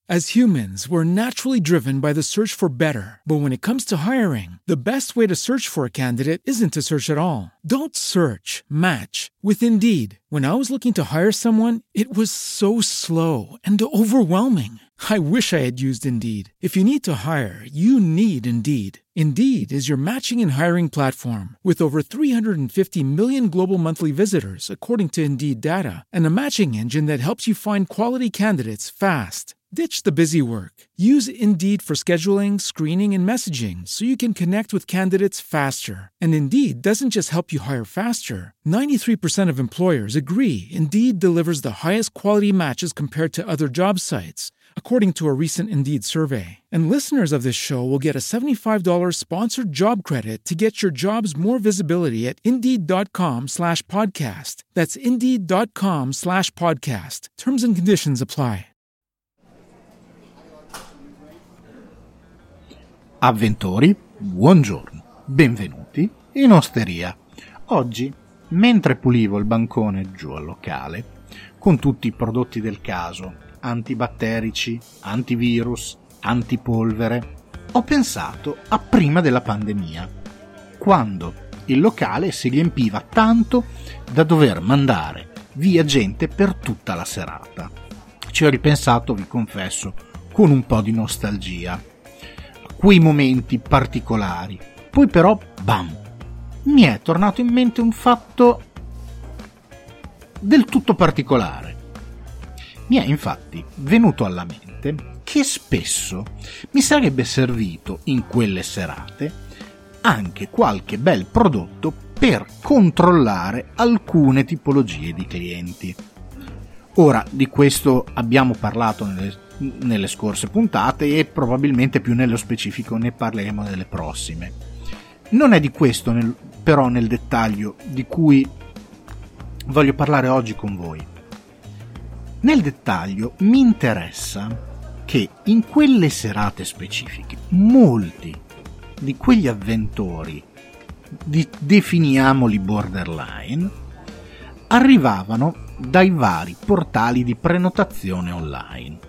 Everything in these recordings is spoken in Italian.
As humans, we're naturally driven by the search for better. But when it comes to hiring, the best way to search for a candidate isn't to search at all. Don't search, match with Indeed. When I was looking to hire someone, it was so slow and overwhelming. I wish I had used Indeed. If you need to hire, you need Indeed. Indeed is your matching and hiring platform with over 350 million global monthly visitors, according to Indeed data, and a matching engine that helps you find quality candidates fast. Ditch the busy work. Use Indeed for scheduling, screening, and messaging so you can connect with candidates faster. And Indeed doesn't just help you hire faster. 93% of employers agree Indeed delivers the highest quality matches compared to other job sites, according to a recent Indeed survey. And listeners of this show will get a $75 sponsored job credit to get your jobs more visibility at Indeed.com/podcast. That's Indeed.com/podcast. Terms and conditions apply. Avventori, buongiorno, benvenuti in osteria. Oggi, mentre pulivo il bancone giù al locale, con tutti i prodotti del caso, antibatterici, antivirus, antipolvere, ho pensato a prima della pandemia, quando il locale si riempiva tanto da dover mandare via gente per tutta la serata. Ci ho ripensato, vi confesso, con un po' di nostalgia. Quei momenti particolari. Poi però, bam, mi è tornato in mente un fatto del tutto particolare. Mi è infatti venuto alla mente che spesso mi sarebbe servito in quelle serate anche qualche bel prodotto per controllare alcune tipologie di clienti. Ora, di questo abbiamo parlato nelle scorse puntate e probabilmente più nello specifico ne parleremo nelle prossime. Non è di questo però nel dettaglio di cui voglio parlare oggi con voi. Nel dettaglio mi interessa che in quelle serate specifiche molti di quegli avventori, definiamoli borderline, arrivavano dai vari portali di prenotazione online.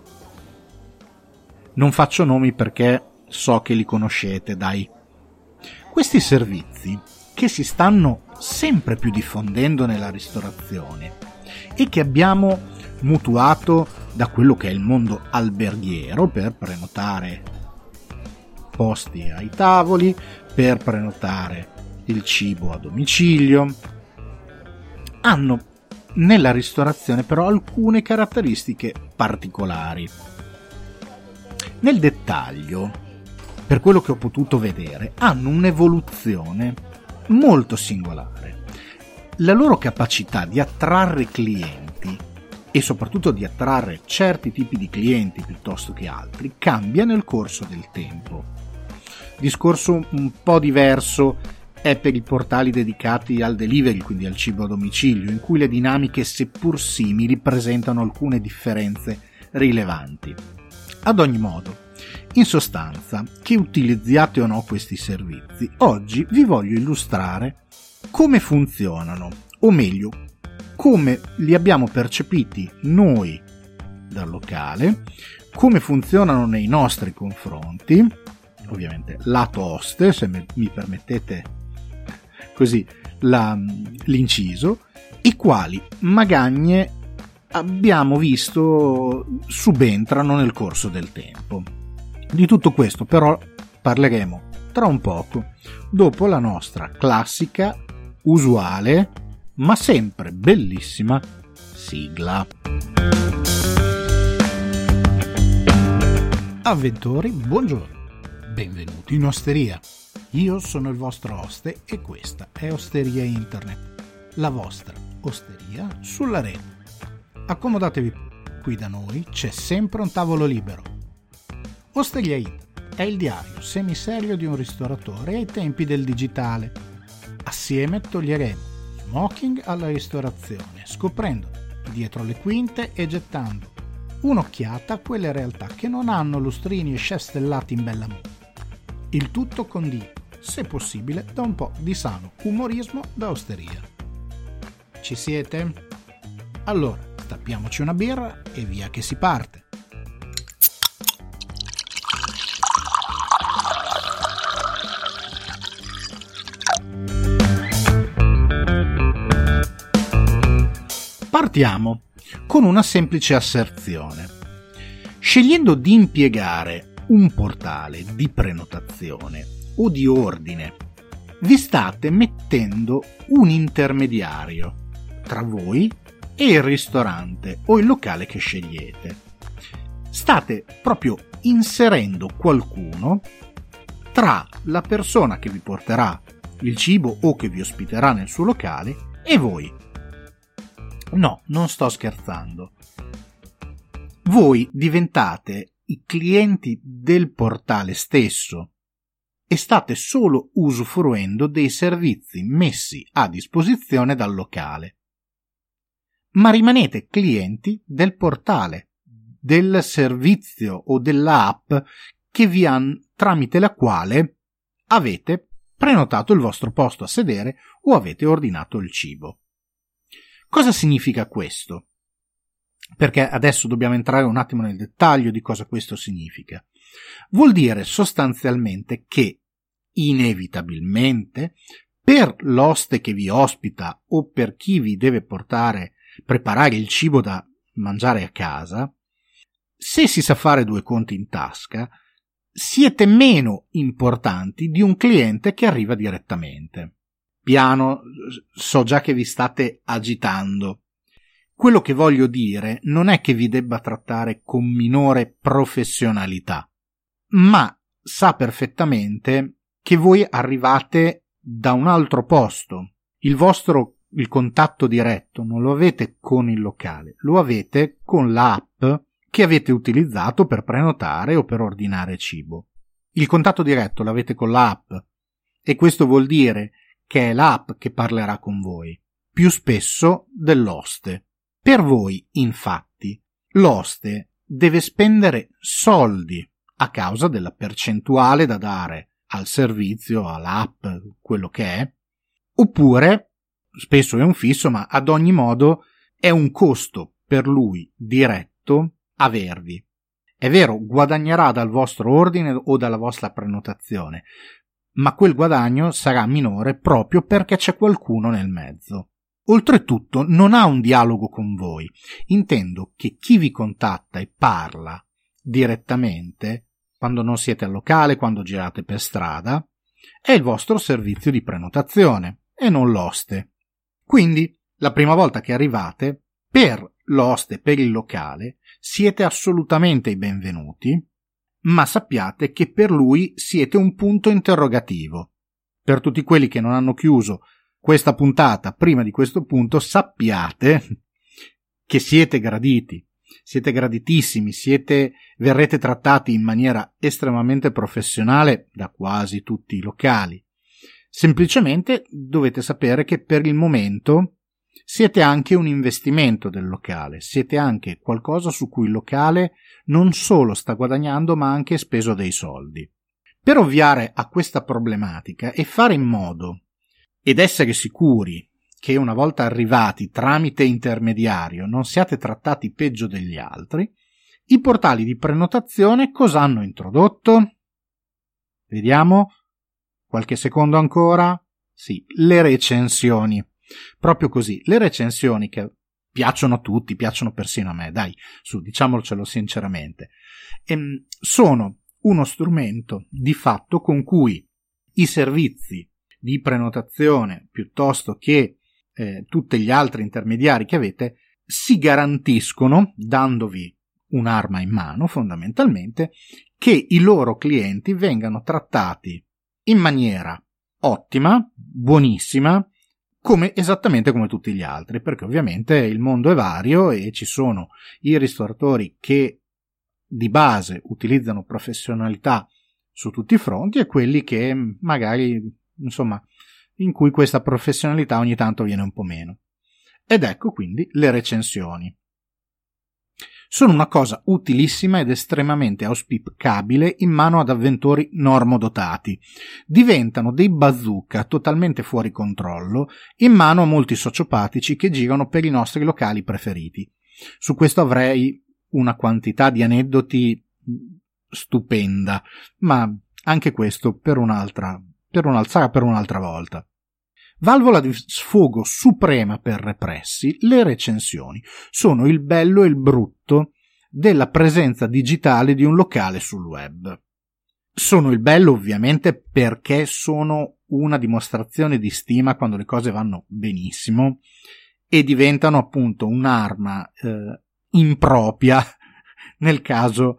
Non faccio nomi perché so che li conoscete, dai. Questi servizi che si stanno sempre più diffondendo nella ristorazione e che abbiamo mutuato da quello che è il mondo alberghiero per prenotare posti ai tavoli, per prenotare il cibo a domicilio, hanno nella ristorazione però alcune caratteristiche particolari. Nel dettaglio, per quello che ho potuto vedere, hanno un'evoluzione molto singolare. La loro capacità di attrarre clienti e soprattutto di attrarre certi tipi di clienti piuttosto che altri cambia nel corso del tempo. Discorso un po' diverso è per i portali dedicati al delivery, quindi al cibo a domicilio, in cui le dinamiche, seppur simili, presentano alcune differenze rilevanti. Ad ogni modo, in sostanza, che utilizziate o no questi servizi, oggi vi voglio illustrare come funzionano, o meglio, come li abbiamo percepiti noi dal locale, come funzionano nei nostri confronti, ovviamente lato oste, se mi permettete così l'inciso, e quali magagne abbiamo visto subentrano nel corso del tempo. Di tutto questo però parleremo tra un poco, dopo la nostra classica, usuale, ma sempre bellissima sigla. Avventori, buongiorno, benvenuti in osteria. Io sono il vostro oste e questa è Osteria Internet, la vostra osteria sulla rete. Accomodatevi, qui da noi c'è sempre un tavolo libero. Osteria It è il diario semiserio di un ristoratore ai tempi del digitale. Assieme toglieremo smoking alla ristorazione, scoprendo dietro le quinte e gettando un'occhiata a quelle realtà che non hanno lustrini e chef stellati in bella moda. Il tutto condito, se possibile, da un po' di sano umorismo da osteria. Ci siete? Allora, tappiamoci una birra e via che si parte. Partiamo con una semplice asserzione. Scegliendo di impiegare un portale di prenotazione o di ordine, vi state mettendo un intermediario tra voi e il ristorante o il locale che scegliete. State proprio inserendo qualcuno tra la persona che vi porterà il cibo o che vi ospiterà nel suo locale e voi. No, non sto scherzando. Voi diventate i clienti del portale stesso e state solo usufruendo dei servizi messi a disposizione dal locale. Ma rimanete clienti del portale, del servizio o dell'app tramite la quale avete prenotato il vostro posto a sedere o avete ordinato il cibo. Cosa significa questo? Perché adesso dobbiamo entrare un attimo nel dettaglio di cosa questo significa. Vuol dire sostanzialmente che, inevitabilmente, per l'oste che vi ospita o per chi vi deve preparare il cibo da mangiare a casa, se si sa fare due conti in tasca, siete meno importanti di un cliente che arriva direttamente. Piano, so già che vi state agitando. Quello che voglio dire non è che vi debba trattare con minore professionalità, ma sa perfettamente che voi arrivate da un altro posto. Il contatto diretto non lo avete con il locale, lo avete con l'app che avete utilizzato per prenotare o per ordinare cibo. Il contatto diretto l'avete con l'app e questo vuol dire che è l'app che parlerà con voi, più spesso dell'oste. Per voi, infatti, l'oste deve spendere soldi a causa della percentuale da dare al servizio, all'app, quello che è, oppure, spesso è un fisso, ma ad ogni modo è un costo per lui diretto avervi. È vero, guadagnerà dal vostro ordine o dalla vostra prenotazione, ma quel guadagno sarà minore proprio perché c'è qualcuno nel mezzo. Oltretutto non ha un dialogo con voi. Intendo che chi vi contatta e parla direttamente, quando non siete al locale, quando girate per strada, è il vostro servizio di prenotazione e non l'oste. Quindi, la prima volta che arrivate, per l'oste, per il locale, siete assolutamente i benvenuti, ma sappiate che per lui siete un punto interrogativo. Per tutti quelli che non hanno chiuso questa puntata prima di questo punto, sappiate che siete graditi, siete graditissimi, verrete trattati in maniera estremamente professionale da quasi tutti i locali. Semplicemente dovete sapere che per il momento siete anche un investimento del locale, siete anche qualcosa su cui il locale non solo sta guadagnando ma anche speso dei soldi. Per ovviare a questa problematica e fare in modo ed essere sicuri che una volta arrivati tramite intermediario non siate trattati peggio degli altri, i portali di prenotazione cosa hanno introdotto? Vediamo, qualche secondo ancora? Sì, le recensioni. Proprio così, le recensioni che piacciono a tutti, piacciono persino a me, dai, su, diciamocelo sinceramente, sono uno strumento di fatto con cui i servizi di prenotazione piuttosto che tutti gli altri intermediari che avete si garantiscono, dandovi un'arma in mano fondamentalmente, che i loro clienti vengano trattati in maniera ottima, buonissima, esattamente come tutti gli altri, perché ovviamente il mondo è vario e ci sono i ristoratori che di base utilizzano professionalità su tutti i fronti e quelli che magari, insomma, in cui questa professionalità ogni tanto viene un po' meno. Ed ecco quindi le recensioni. Sono una cosa utilissima ed estremamente auspicabile in mano ad avventori normodotati. Diventano dei bazooka totalmente fuori controllo in mano a molti sociopatici che girano per i nostri locali preferiti. Su questo avrei una quantità di aneddoti stupenda, ma anche questo sarà per un'altra volta. Valvola di sfogo suprema per repressi, le recensioni sono il bello e il brutto della presenza digitale di un locale sul web. Sono il bello ovviamente perché sono una dimostrazione di stima quando le cose vanno benissimo e diventano appunto un'arma impropria nel caso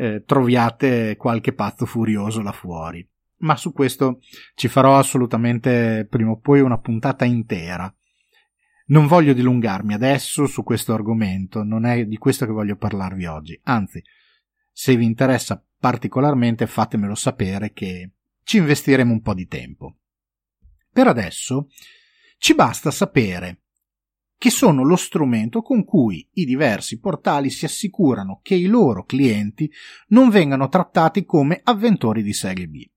troviate qualche pazzo furioso là fuori. Ma su questo ci farò assolutamente prima o poi una puntata intera. Non voglio dilungarmi adesso su questo argomento, non è di questo che voglio parlarvi oggi, anzi, se vi interessa particolarmente fatemelo sapere che ci investiremo un po' di tempo. Per adesso ci basta sapere che sono lo strumento con cui i diversi portali si assicurano che i loro clienti non vengano trattati come avventori di serie B.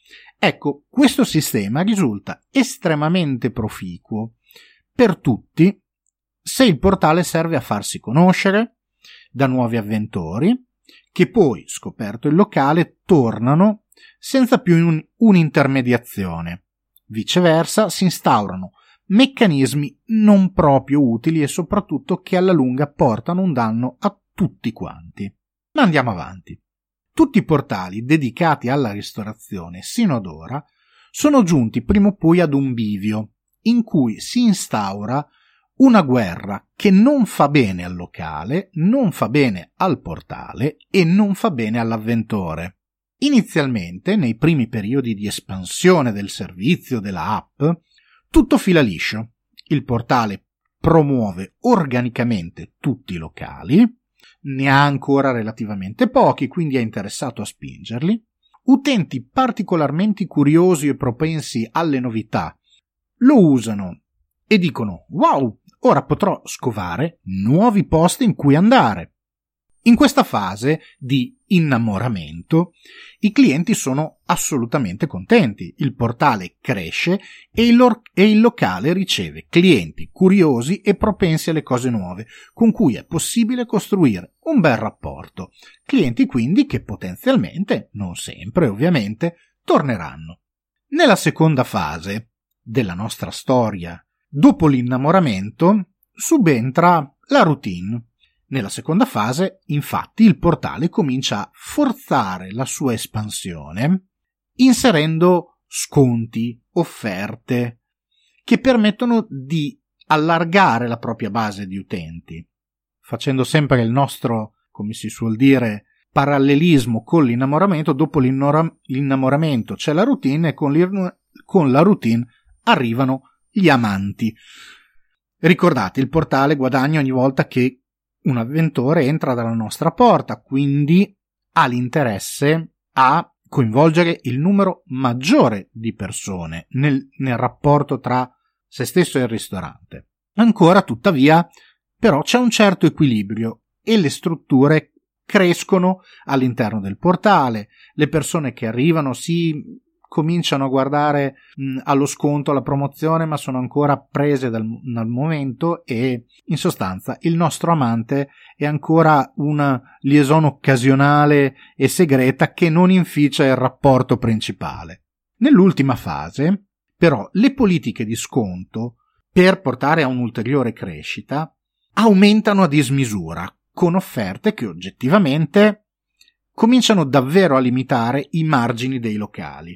Ecco, questo sistema risulta estremamente proficuo per tutti se il portale serve a farsi conoscere da nuovi avventori che poi, scoperto il locale, tornano senza più un'intermediazione. Viceversa, si instaurano meccanismi non proprio utili e soprattutto che alla lunga portano un danno a tutti quanti. Ma andiamo avanti. Tutti i portali dedicati alla ristorazione sino ad ora sono giunti prima o poi ad un bivio in cui si instaura una guerra che non fa bene al locale, non fa bene al portale e non fa bene all'avventore. Inizialmente, nei primi periodi di espansione del servizio della app, tutto fila liscio. Il portale promuove organicamente tutti i locali, ne ha ancora relativamente pochi, quindi è interessato a spingerli. Utenti particolarmente curiosi e propensi alle novità lo usano e dicono: wow, ora potrò scovare nuovi posti in cui andare. In questa fase di innamoramento i clienti sono assolutamente contenti, il portale cresce e il locale riceve clienti curiosi e propensi alle cose nuove, con cui è possibile costruire un bel rapporto. Clienti quindi che potenzialmente, non sempre ovviamente, torneranno. Nella seconda fase della nostra storia, dopo l'innamoramento, subentra la routine. Nella seconda fase, infatti, il portale comincia a forzare la sua espansione inserendo sconti, offerte che permettono di allargare la propria base di utenti, facendo sempre il nostro, come si suol dire, parallelismo con l'innamoramento. Dopo l'innamoramento c'è la routine e con la routine arrivano gli amanti. Ricordate, il portale guadagna ogni volta che un avventore entra dalla nostra porta, quindi ha l'interesse a coinvolgere il numero maggiore di persone nel rapporto tra se stesso e il ristorante. Ancora, tuttavia, però c'è un certo equilibrio e le strutture crescono all'interno del portale, le persone che arrivano cominciano a guardare allo sconto, alla promozione, ma sono ancora prese dal momento e in sostanza il nostro amante è ancora una liaison occasionale e segreta che non inficia il rapporto principale. Nell'ultima fase, però, le politiche di sconto, per portare a un'ulteriore crescita, aumentano a dismisura, con offerte che oggettivamente cominciano davvero a limitare i margini dei locali.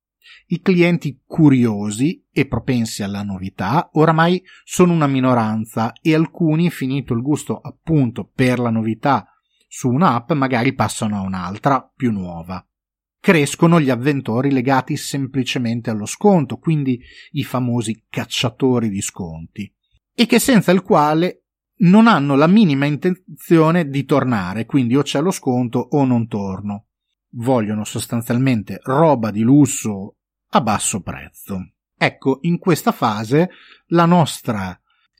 I clienti curiosi e propensi alla novità oramai sono una minoranza e alcuni, finito il gusto appunto per la novità su un'app, magari passano a un'altra più nuova. Crescono gli avventori legati semplicemente allo sconto, quindi i famosi cacciatori di sconti, e che senza il quale non hanno la minima intenzione di tornare, quindi o c'è lo sconto o non torno. Vogliono sostanzialmente roba di lusso a basso prezzo. Ecco, in questa fase la nostra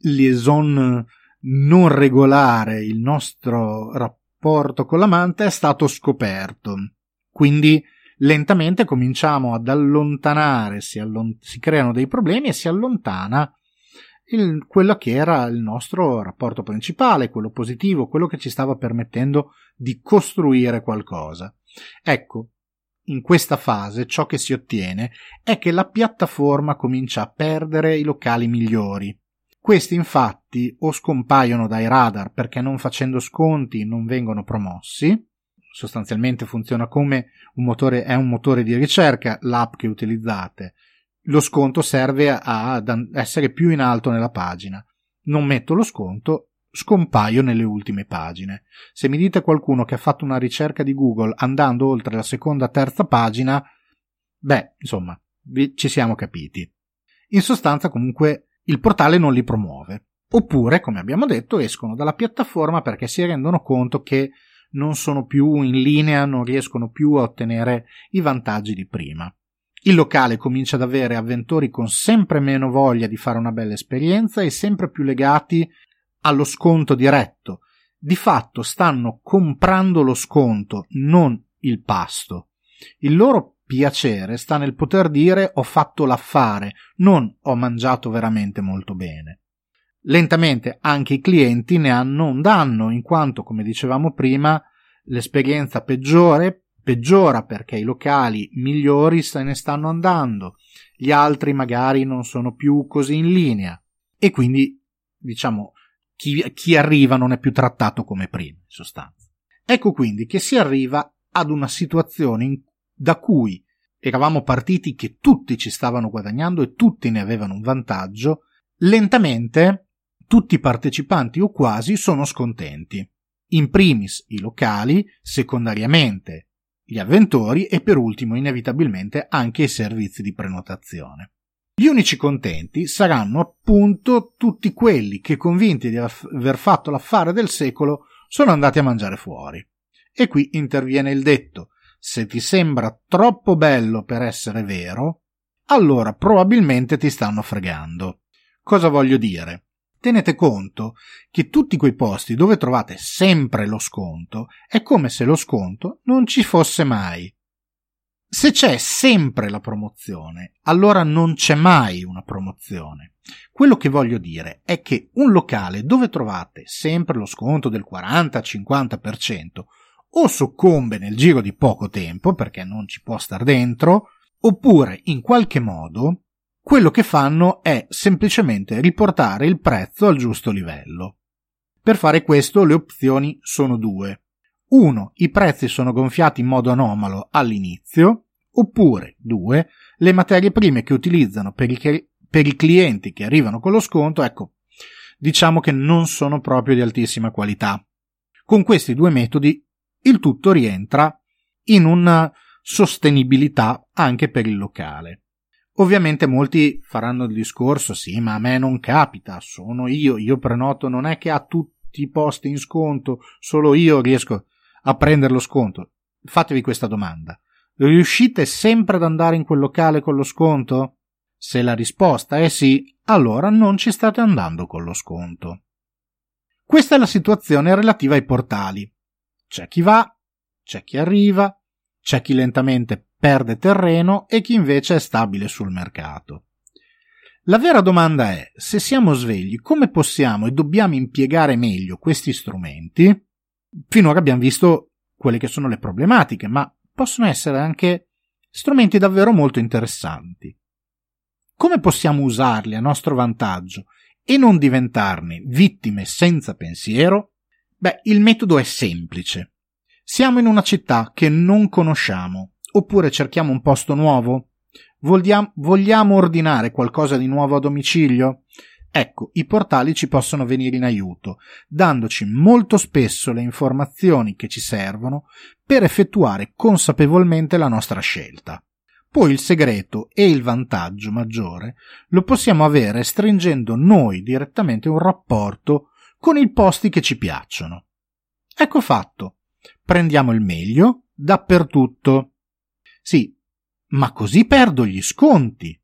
liaison non regolare, il nostro rapporto con l'amante è stato scoperto. Quindi lentamente cominciamo ad allontanare, si creano dei problemi e si allontana quello che era il nostro rapporto principale, quello positivo, quello che ci stava permettendo di costruire qualcosa. Ecco, in questa fase ciò che si ottiene è che la piattaforma comincia a perdere i locali migliori. Questi infatti o scompaiono dai radar perché non facendo sconti non vengono promossi. Sostanzialmente funziona come è un motore di ricerca l'app che utilizzate. Lo sconto serve ad essere più in alto nella pagina. Non metto lo sconto, scompaio nelle ultime pagine. Se mi dite qualcuno che ha fatto una ricerca di Google andando oltre la seconda, terza pagina, insomma, ci siamo capiti. In sostanza, comunque, il portale non li promuove. Oppure, come abbiamo detto, escono dalla piattaforma perché si rendono conto che non sono più in linea, non riescono più a ottenere i vantaggi di prima. Il locale comincia ad avere avventori con sempre meno voglia di fare una bella esperienza e sempre più legati allo sconto diretto. Di fatto stanno comprando lo sconto, non il pasto. Il loro piacere sta nel poter dire ho fatto l'affare, non ho mangiato veramente molto bene. Lentamente anche i clienti ne hanno un danno, in quanto, come dicevamo prima, l'esperienza peggiora perché i locali migliori se ne stanno andando, gli altri magari non sono più così in linea e quindi, diciamo, chi arriva non è più trattato come prima, in sostanza. Ecco quindi che si arriva ad una situazione da cui eravamo partiti che tutti ci stavano guadagnando e tutti ne avevano un vantaggio. Lentamente tutti i partecipanti o quasi sono scontenti. In primis i locali, secondariamente gli avventori e per ultimo inevitabilmente anche i servizi di prenotazione. Gli unici contenti saranno appunto tutti quelli che, convinti di aver fatto l'affare del secolo, sono andati a mangiare fuori. E qui interviene il detto: se ti sembra troppo bello per essere vero, allora probabilmente ti stanno fregando. Cosa voglio dire? Tenete conto che tutti quei posti dove trovate sempre lo sconto è come se lo sconto non ci fosse mai. Se c'è sempre la promozione, allora non c'è mai una promozione. Quello che voglio dire è che un locale dove trovate sempre lo sconto del 40-50% o soccombe nel giro di poco tempo perché non ci può star dentro, oppure in qualche modo quello che fanno è semplicemente riportare il prezzo al giusto livello. Per fare questo le opzioni sono due. 1. I prezzi sono gonfiati in modo anomalo all'inizio, oppure 2. Le materie prime che utilizzano per i clienti che arrivano con lo sconto, diciamo che non sono proprio di altissima qualità. Con questi due metodi il tutto rientra in una sostenibilità anche per il locale. Ovviamente molti faranno il discorso: sì, ma a me non capita, sono io prenoto, non è che ha tutti i posti in sconto, solo io riesco a prendere lo sconto. Fatevi questa domanda: riuscite sempre ad andare in quel locale con lo sconto? Se la risposta è sì, allora non ci state andando con lo sconto. Questa è la situazione relativa ai portali. C'è chi va, c'è chi arriva, c'è chi lentamente perde terreno e chi invece è stabile sul mercato. La vera domanda è: se siamo svegli, come possiamo e dobbiamo impiegare meglio questi strumenti? Finora abbiamo visto quelle che sono le problematiche, ma possono essere anche strumenti davvero molto interessanti. Come possiamo usarli a nostro vantaggio e non diventarne vittime senza pensiero? Il metodo è semplice. Siamo in una città che non conosciamo, oppure cerchiamo un posto nuovo? Vogliamo ordinare qualcosa di nuovo a domicilio? Ecco, i portali ci possono venire in aiuto, dandoci molto spesso le informazioni che ci servono per effettuare consapevolmente la nostra scelta. Poi il segreto e il vantaggio maggiore lo possiamo avere stringendo noi direttamente un rapporto con i posti che ci piacciono. Ecco fatto. Prendiamo il meglio dappertutto. Sì, ma così perdo gli sconti.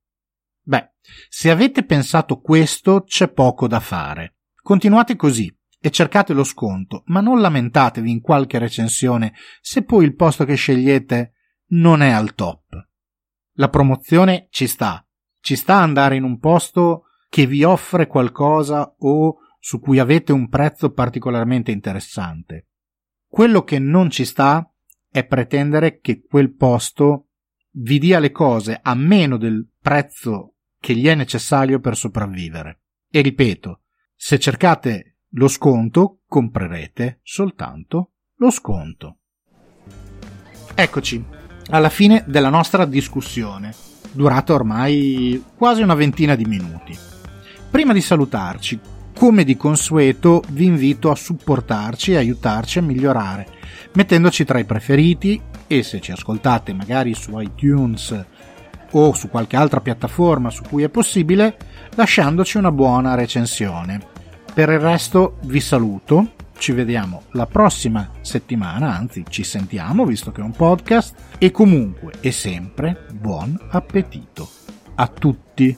Se avete pensato questo, c'è poco da fare. Continuate così e cercate lo sconto, ma non lamentatevi in qualche recensione se poi il posto che scegliete non è al top. La promozione ci sta andare in un posto che vi offre qualcosa o su cui avete un prezzo particolarmente interessante. Quello che non ci sta è pretendere che quel posto vi dia le cose a meno del prezzo che gli è necessario per sopravvivere. E ripeto, se cercate lo sconto, comprerete soltanto lo sconto. Eccoci, alla fine della nostra discussione, durata ormai quasi una ventina di minuti. Prima di salutarci, come di consueto, vi invito a supportarci e aiutarci a migliorare, mettendoci tra i preferiti, e se ci ascoltate magari su iTunes o su qualche altra piattaforma su cui è possibile, lasciandoci una buona recensione. Per il resto vi saluto, ci vediamo la prossima settimana, anzi ci sentiamo visto che è un podcast, e comunque e sempre buon appetito a tutti.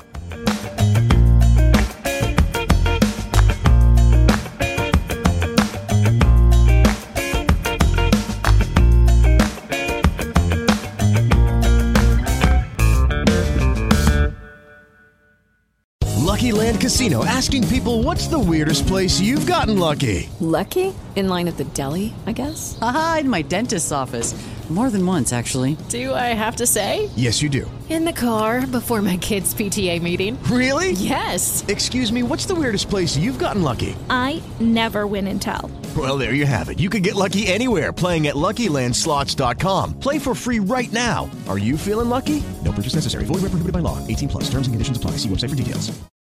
Lucky Land Casino, asking people, what's the weirdest place you've gotten lucky? Lucky? In line at the deli, I guess? Aha, in my dentist's office. More than once, actually. Do I have to say? Yes, you do. In the car before my kids' PTA meeting. Really? Yes. Excuse me, what's the weirdest place you've gotten lucky? I never win and tell. Well, there you have it. You can get lucky anywhere, playing at LuckyLandSlots.com. Play for free right now. Are you feeling lucky? No purchase necessary. Void where prohibited by law. 18+. Terms and conditions apply. See website for details.